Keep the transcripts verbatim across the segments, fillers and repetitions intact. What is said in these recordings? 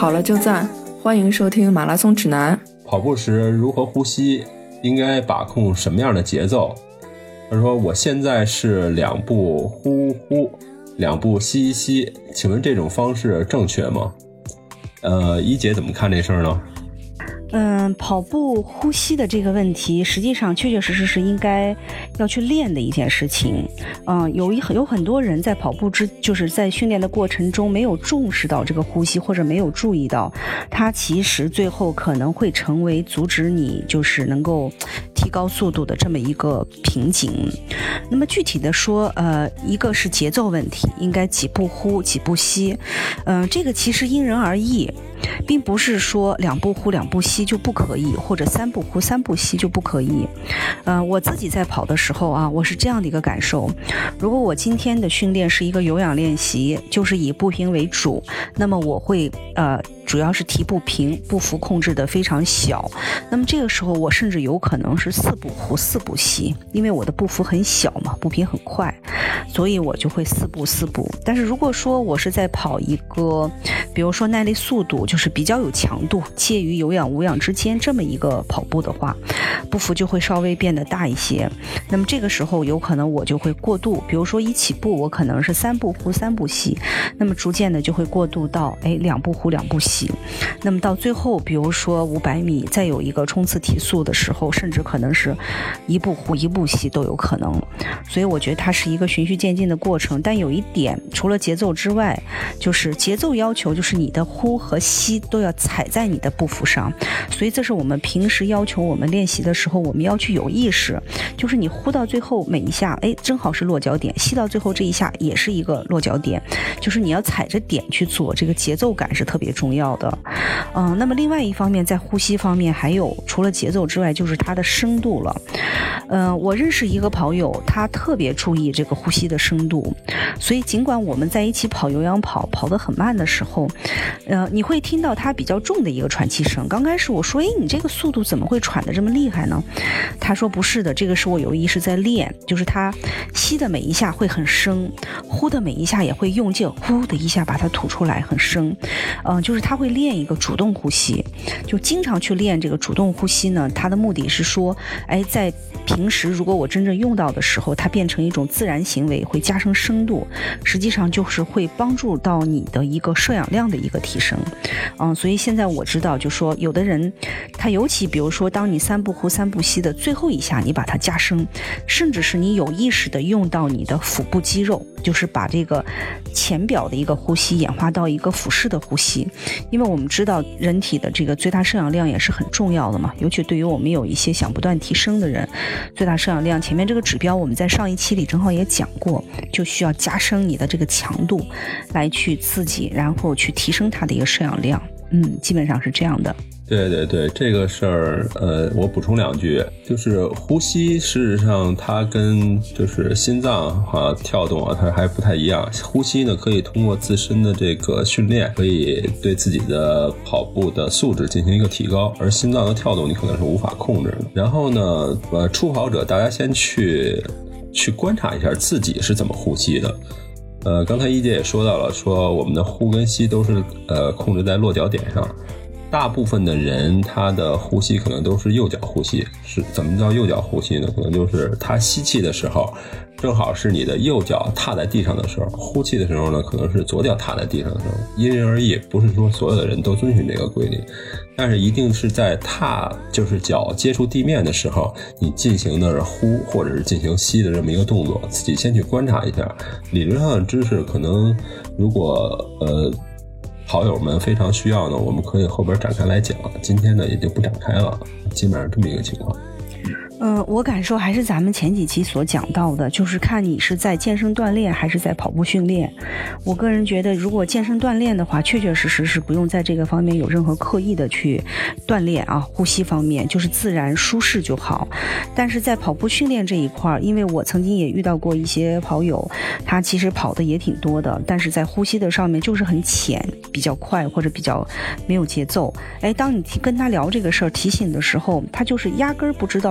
好了就赞，欢迎收听马拉松指南。 跑步时如何呼吸，应该把控什么样的节奏？他说我现在是两步呼呼，两步吸一吸，请问这种方式正确吗？呃，一姐怎么看这事儿呢？ 嗯，跑步呼吸的这个问题，实际上确确实实是应该要去练的一件事情。嗯，有一有很多人在跑步之，就是在训练的过程中没有重视到这个呼吸，或者没有注意到，它其实最后可能会成为阻止你就是能够提高速度的这么一个瓶颈。那么具体的说，呃，一个是节奏问题，应该几步呼几步吸，嗯、呃，这个其实因人而异。并不是说两步呼两步吸就不可以，或者三步呼三步吸就不可以。呃，我自己在跑的时候啊，我是这样的一个感受：如果我今天的训练是一个有氧练习，就是以步频为主，那么我会呃。主要是提步频，步幅控制的非常小，那么这个时候我甚至有可能是四步呼四步吸，因为我的步幅很小嘛，步频很快，所以我就会四步四步。但是如果说我是在跑一个比如说耐力速度，就是比较有强度，介于有氧无氧之间这么一个跑步的话，步幅就会稍微变得大一些。那么这个时候有可能我就会过渡，比如说一起步我可能是三步呼三步吸，那么逐渐的就会过渡到哎两步呼两步吸。那么到最后比如说五百米再有一个冲刺提速的时候，甚至可能是一步呼一步吸都有可能。所以我觉得它是一个循序渐进的过程。但有一点除了节奏之外，就是节奏要求就是你的呼和吸都要踩在你的步幅上，所以这是我们平时要求我们练习的时候我们要去有意识，就是你呼到最后每一下哎正好是落脚点，吸到最后这一下也是一个落脚点，就是你要踩着点去做，这个节奏感是特别重要的。嗯，那么另外一方面在呼吸方面还有除了节奏之外就是它的深度了。嗯，我认识一个跑友，他特别注意这个呼吸的深度，所以尽管我们在一起跑有氧跑跑得很慢的时候，呃，你会听到他比较重的一个喘气声。刚开始我说，诶，你这个速度怎么会喘得这么厉害呢？他说不是的，这个是我有意识在练，就是他吸的每一下会很深，呼的每一下也会用劲，呼的一下把它吐出来很深。嗯、呃，就是他会练一个主动呼吸，就经常去练这个主动呼吸呢，他的目的是说，哎，在平时如果我真正用到的时候，它变成一种自然行为，会加深深度，实际上就是会帮助到你的一个摄氧量的一个提升。嗯，所以现在我知道，就说有的人他尤其比如说当你三步呼三步吸的最后一下你把它加深，甚至是你有意识的用到你的腹部肌肉，就是把这个前表的一个呼吸演化到一个腹式的呼吸。因为我们知道人体的这个最大摄氧量也是很重要的嘛，尤其对于我们有一些想不断提升的人，最大摄氧量前面这个指标我们在上一期里正好也讲过，就需要加深你的这个强度来去刺激，然后去提升它的一个摄氧量。嗯，基本上是这样的。 对对对，这个事儿，呃，我补充两句，就是呼吸，事实上它跟就是心脏啊跳动啊，它还不太一样。呼吸呢，可以通过自身的这个训练，可以对自己的跑步的素质进行一个提高，而心脏的跳动你可能是无法控制的。然后呢，呃，初跑者大家先去去观察一下自己是怎么呼吸的。呃，刚才一姐也说到了，说我们的呼跟吸都是呃控制在落脚点上。大部分的人他的呼吸可能都是右脚呼吸，是怎么叫右脚呼吸呢？可能就是他吸气的时候正好是你的右脚踏在地上的时候，呼气的时候呢可能是左脚踏在地上的时候，因人而异，不是说所有的人都遵循这个规律，但是一定是在踏就是脚接触地面的时候你进行的是呼或者是进行吸的这么一个动作，自己先去观察一下。理论上的知识可能如果呃跑友们非常需要呢，我们可以后边展开来讲，今天呢也就不展开了，基本上这么一个情况。 嗯，我感受还是咱们前几期所讲到的，就是看你是在健身锻炼还是在跑步训练。我个人觉得如果健身锻炼的话，确确实实是不用在这个方面有任何刻意的去锻炼啊，呼吸方面就是自然舒适就好。但是在跑步训练这一块，因为我曾经也遇到过一些跑友，他其实跑的也挺多的，但是在呼吸的上面就是很浅，比较快或者比较没有节奏。哎，当你跟他聊这个事儿提醒的时候，他就是压根儿不知道说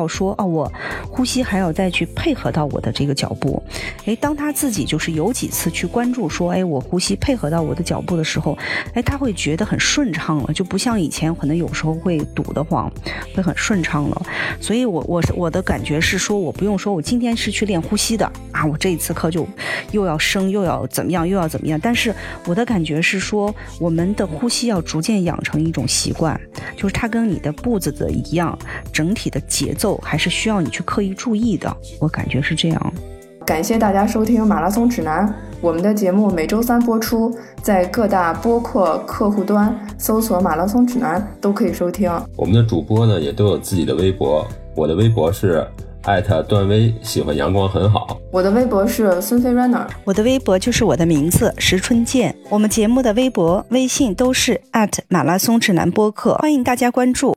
啊，我呼吸还要再去配合到我的这个脚步。诶，当他自己就是有几次去关注说，诶，我呼吸配合到我的脚步的时候，诶，他会觉得很顺畅了，就不像以前可能有时候会堵得慌，会很顺畅了。所以我我我的感觉是说，我不用说我今天是去练呼吸的啊，我这一次课就又要升又要怎么样又要怎么样，但是我的感觉是说，我们的呼吸要逐渐养成一种习惯，就是它跟你的步子的一样，整体的节奏还是需要你去刻意注意的，我感觉是这样。 感谢大家收听马拉松指南，我们的节目每周三播出，在各大播客客户端搜索马拉松指南都可以收听。 我们的主播呢也都有自己的微博，我的微博是艾特段威，喜欢阳光很好。 我的微博是孙飞 runner， 我的微博就是我的名字石春健。我们节目的微博、微信都是艾特马拉松指南播客，欢迎大家关注。